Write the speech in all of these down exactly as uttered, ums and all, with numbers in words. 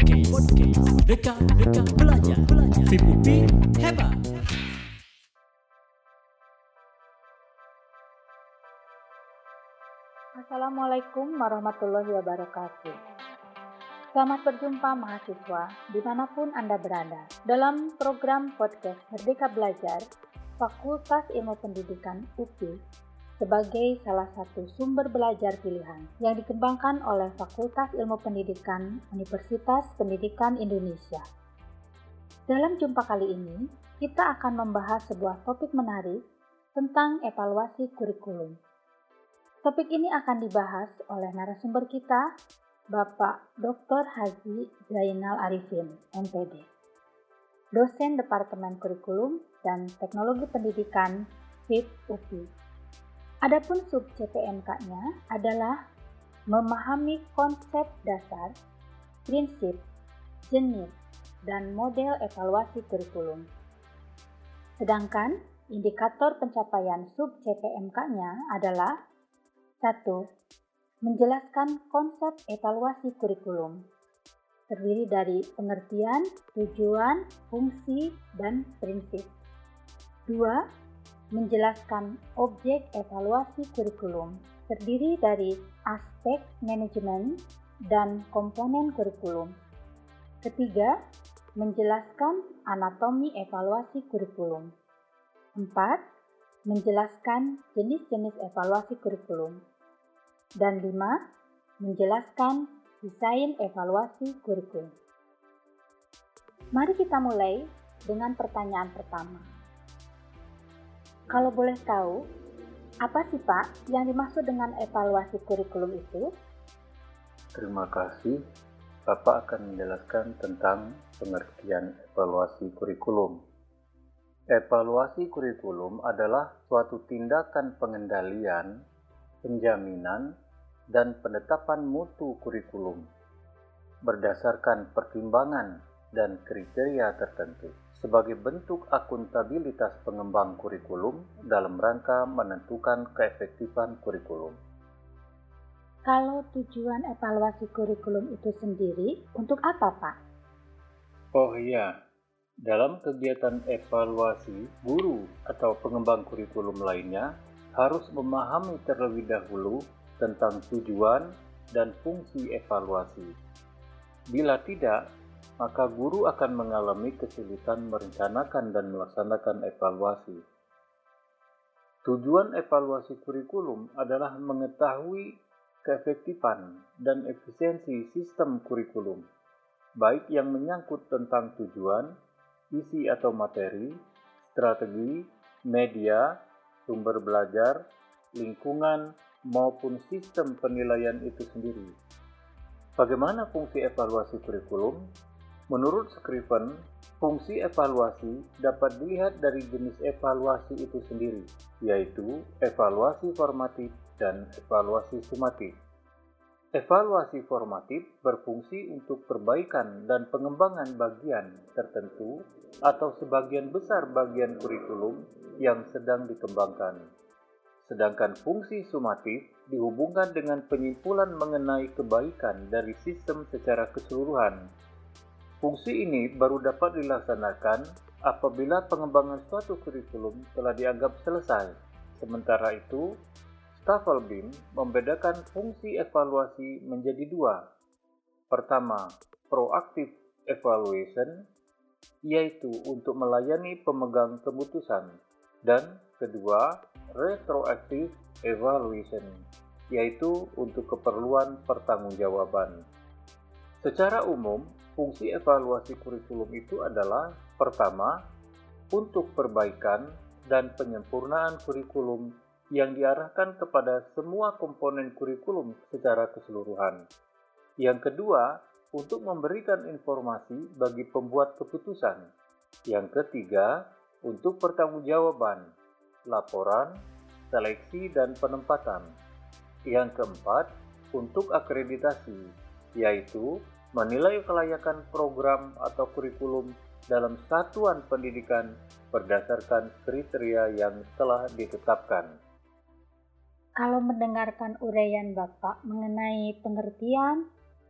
Podcast, podcast, Merdeka, Merdeka Belajar, Belajar, F I P U P I hebat. Assalamualaikum warahmatullahi wabarakatuh. Selamat berjumpa mahasiswa dimanapun Anda berada dalam program podcast Merdeka Belajar Fakultas Ilmu Pendidikan U P I sebagai salah satu sumber belajar pilihan yang dikembangkan oleh Fakultas Ilmu Pendidikan Universitas Pendidikan Indonesia. Dalam jumpa kali ini, kita akan membahas sebuah topik menarik tentang evaluasi kurikulum. Topik ini akan dibahas oleh narasumber kita, Bapak Doktor Haji Zainal Arifin, M Pd, dosen Departemen Kurikulum dan Teknologi Pendidikan F I P U P I. Adapun sub C P M K-nya adalah memahami konsep dasar, prinsip, jenis, dan model evaluasi kurikulum. Sedangkan indikator pencapaian sub C P M K-nya adalah satu. Menjelaskan konsep evaluasi kurikulum, terdiri dari pengertian, tujuan, fungsi, dan prinsip. Dua. Menjelaskan objek evaluasi kurikulum, terdiri dari aspek manajemen dan komponen kurikulum. Ketiga. Menjelaskan anatomi evaluasi kurikulum. Empat. Menjelaskan jenis-jenis evaluasi kurikulum. Dan lima. Menjelaskan desain evaluasi kurikulum. Mari kita mulai dengan pertanyaan pertama. Kalau boleh tahu, apa sih Pak yang dimaksud dengan evaluasi kurikulum itu? Terima kasih. Bapak akan menjelaskan tentang pengertian evaluasi kurikulum. Evaluasi kurikulum adalah suatu tindakan pengendalian, penjaminan, dan penetapan mutu kurikulum berdasarkan pertimbangan dan kriteria tertentu sebagai bentuk akuntabilitas pengembang kurikulum dalam rangka menentukan keefektifan kurikulum. Kalau tujuan evaluasi kurikulum itu sendiri, untuk apa Pak? Oh iya, dalam kegiatan evaluasi, guru atau pengembang kurikulum lainnya harus memahami terlebih dahulu tentang tujuan dan fungsi evaluasi. Bila tidak, maka guru akan mengalami kesulitan merencanakan dan melaksanakan evaluasi. Tujuan evaluasi kurikulum adalah mengetahui keefektifan dan efisiensi sistem kurikulum, baik yang menyangkut tentang tujuan, isi atau materi, strategi, media, sumber belajar, lingkungan, maupun sistem penilaian itu sendiri. Bagaimana fungsi evaluasi kurikulum? Menurut Scriven, fungsi evaluasi dapat dilihat dari jenis evaluasi itu sendiri, yaitu evaluasi formatif dan evaluasi sumatif. Evaluasi formatif berfungsi untuk perbaikan dan pengembangan bagian tertentu atau sebagian besar bagian kurikulum yang sedang dikembangkan. Sedangkan fungsi sumatif dihubungkan dengan penyimpulan mengenai kebaikan dari sistem secara keseluruhan. Fungsi ini baru dapat dilaksanakan apabila pengembangan suatu kurikulum telah dianggap selesai. Sementara itu, Stafelbeam membedakan fungsi evaluasi menjadi dua. Pertama, proactive evaluation, yaitu untuk melayani pemegang keputusan, dan kedua, retroactive evaluation, yaitu untuk keperluan pertanggungjawaban. Secara umum, fungsi evaluasi kurikulum itu adalah pertama, untuk perbaikan dan penyempurnaan kurikulum yang diarahkan kepada semua komponen kurikulum secara keseluruhan. Yang kedua, untuk memberikan informasi bagi pembuat keputusan. Yang ketiga, untuk pertanggungjawaban, laporan, seleksi, dan penempatan. Yang keempat, untuk akreditasi, yaitu menilai kelayakan program atau kurikulum dalam satuan pendidikan berdasarkan kriteria yang telah ditetapkan. Kalau mendengarkan uraian Bapak mengenai pengertian,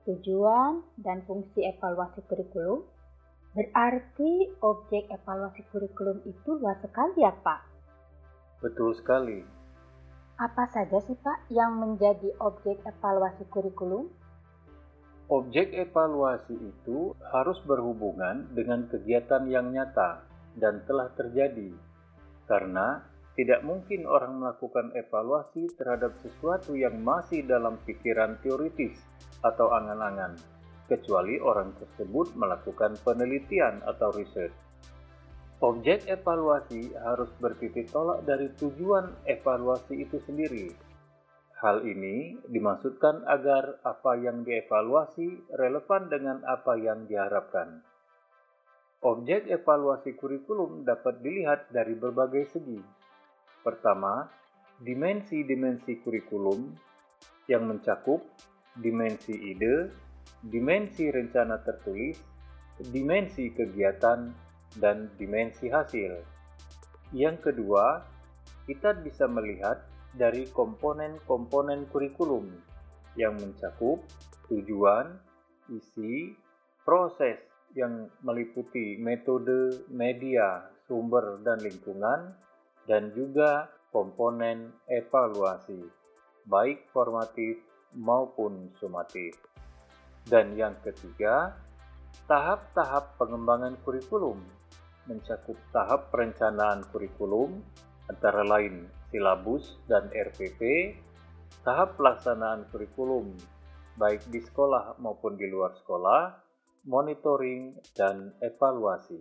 tujuan dan fungsi evaluasi kurikulum, berarti objek evaluasi kurikulum itu luas sekali ya Pak? Betul sekali. Apa saja sih Pak yang menjadi objek evaluasi kurikulum? Objek evaluasi itu harus berhubungan dengan kegiatan yang nyata dan telah terjadi, karena tidak mungkin orang melakukan evaluasi terhadap sesuatu yang masih dalam pikiran teoritis atau angan-angan, kecuali orang tersebut melakukan penelitian atau riset. Objek evaluasi harus bertitik tolak dari tujuan evaluasi itu sendiri. Hal ini dimaksudkan agar apa yang dievaluasi relevan dengan apa yang diharapkan. Objek evaluasi kurikulum dapat dilihat dari berbagai segi. Pertama, dimensi-dimensi kurikulum yang mencakup dimensi ide, dimensi rencana tertulis, dimensi kegiatan, dan dimensi hasil. Yang kedua, kita bisa melihat dari komponen-komponen kurikulum yang mencakup tujuan, isi, proses yang meliputi metode, media, sumber, dan lingkungan, dan juga komponen evaluasi, baik formatif maupun sumatif. Dan yang ketiga, tahap-tahap pengembangan kurikulum mencakup tahap perencanaan kurikulum, antara lain silabus dan R P P, tahap pelaksanaan kurikulum, baik di sekolah maupun di luar sekolah, monitoring, dan evaluasi.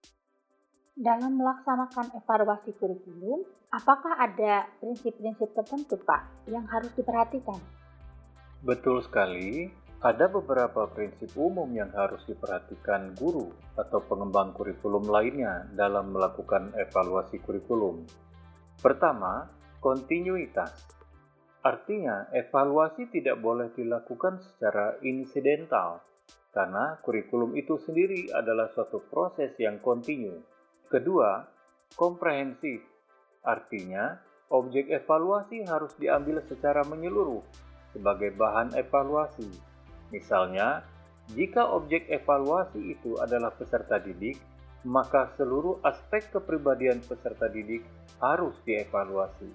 Dalam melaksanakan evaluasi kurikulum, apakah ada prinsip-prinsip tertentu Pak yang harus diperhatikan? Betul sekali, ada beberapa prinsip umum yang harus diperhatikan guru atau pengembang kurikulum lainnya dalam melakukan evaluasi kurikulum. Pertama, kontinuitas. Artinya, evaluasi tidak boleh dilakukan secara insidental, karena kurikulum itu sendiri adalah suatu proses yang kontinu. Kedua, komprehensif. Artinya, objek evaluasi harus diambil secara menyeluruh sebagai bahan evaluasi. Misalnya, jika objek evaluasi itu adalah peserta didik, maka seluruh aspek kepribadian peserta didik harus dievaluasi.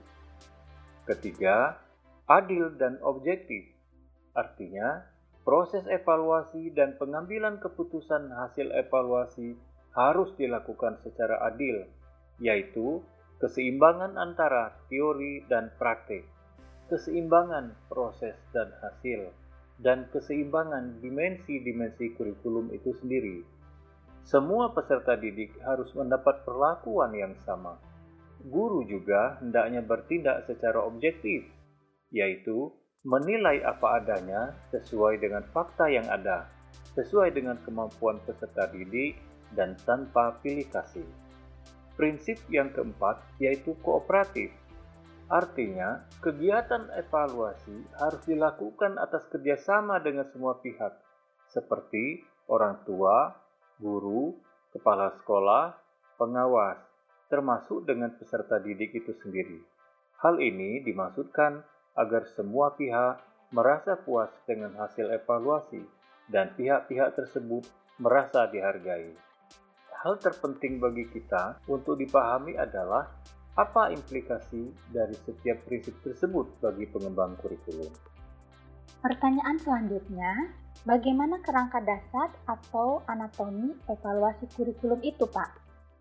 Ketiga, adil dan objektif. Artinya, proses evaluasi dan pengambilan keputusan hasil evaluasi harus dilakukan secara adil, yaitu keseimbangan antara teori dan praktik, keseimbangan proses dan hasil, dan keseimbangan dimensi-dimensi kurikulum itu sendiri. Semua peserta didik harus mendapat perlakuan yang sama. Guru juga hendaknya bertindak secara objektif, yaitu menilai apa adanya sesuai dengan fakta yang ada, sesuai dengan kemampuan peserta didik, dan tanpa pilih kasih. Prinsip yang keempat yaitu kooperatif. Artinya, kegiatan evaluasi harus dilakukan atas kerjasama dengan semua pihak, seperti orang tua, guru, kepala sekolah, pengawas, termasuk dengan peserta didik itu sendiri. Hal ini dimaksudkan agar semua pihak merasa puas dengan hasil evaluasi dan pihak-pihak tersebut merasa dihargai. Hal terpenting bagi kita untuk dipahami adalah apa implikasi dari setiap prinsip tersebut bagi pengembang kurikulum. Pertanyaan selanjutnya, bagaimana kerangka dasar atau anatomi evaluasi kurikulum itu, Pak?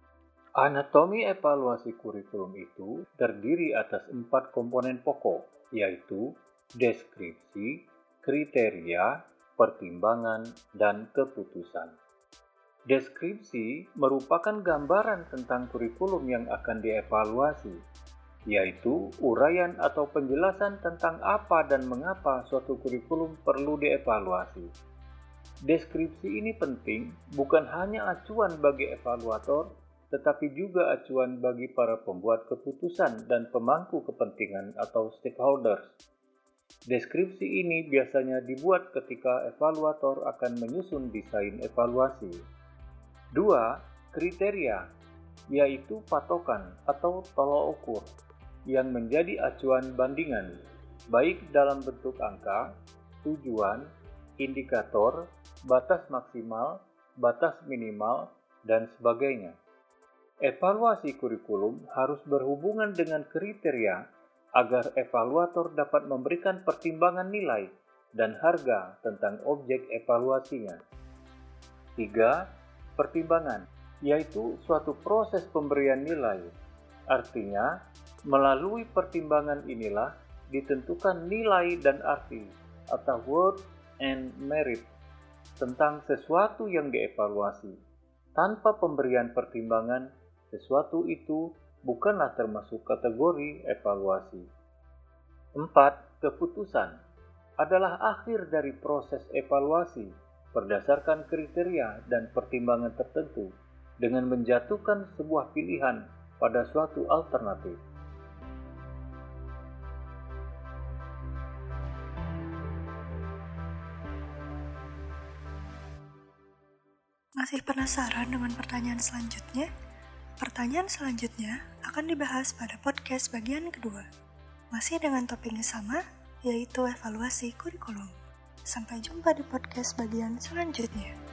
Anatomi evaluasi kurikulum itu terdiri atas empat komponen pokok, yaitu deskripsi, kriteria, pertimbangan, dan keputusan. Deskripsi merupakan gambaran tentang kurikulum yang akan dievaluasi, yaitu uraian atau penjelasan tentang apa dan mengapa suatu kurikulum perlu dievaluasi. Deskripsi ini penting bukan hanya acuan bagi evaluator, tetapi juga acuan bagi para pembuat keputusan dan pemangku kepentingan atau stakeholders. Deskripsi ini biasanya dibuat ketika evaluator akan menyusun desain evaluasi. Dua, kriteria, yaitu patokan atau tolok ukur yang menjadi acuan bandingan, baik dalam bentuk angka, tujuan, indikator, batas maksimal, batas minimal, dan sebagainya. Evaluasi kurikulum harus berhubungan dengan kriteria agar evaluator dapat memberikan pertimbangan nilai dan harga tentang objek evaluasinya. Tiga. Pertimbangan, yaitu suatu proses pemberian nilai. Artinya, melalui pertimbangan inilah ditentukan nilai dan arti atau worth and merit tentang sesuatu yang dievaluasi. Tanpa pemberian pertimbangan, sesuatu itu bukanlah termasuk kategori evaluasi. Empat. Keputusan adalah akhir dari proses evaluasi berdasarkan kriteria dan pertimbangan tertentu dengan menjatuhkan sebuah pilihan pada suatu alternatif. Masih penasaran dengan pertanyaan selanjutnya? Pertanyaan selanjutnya akan dibahas pada podcast bagian kedua. Masih dengan topik yang sama, yaitu evaluasi kurikulum. Sampai jumpa di podcast bagian selanjutnya.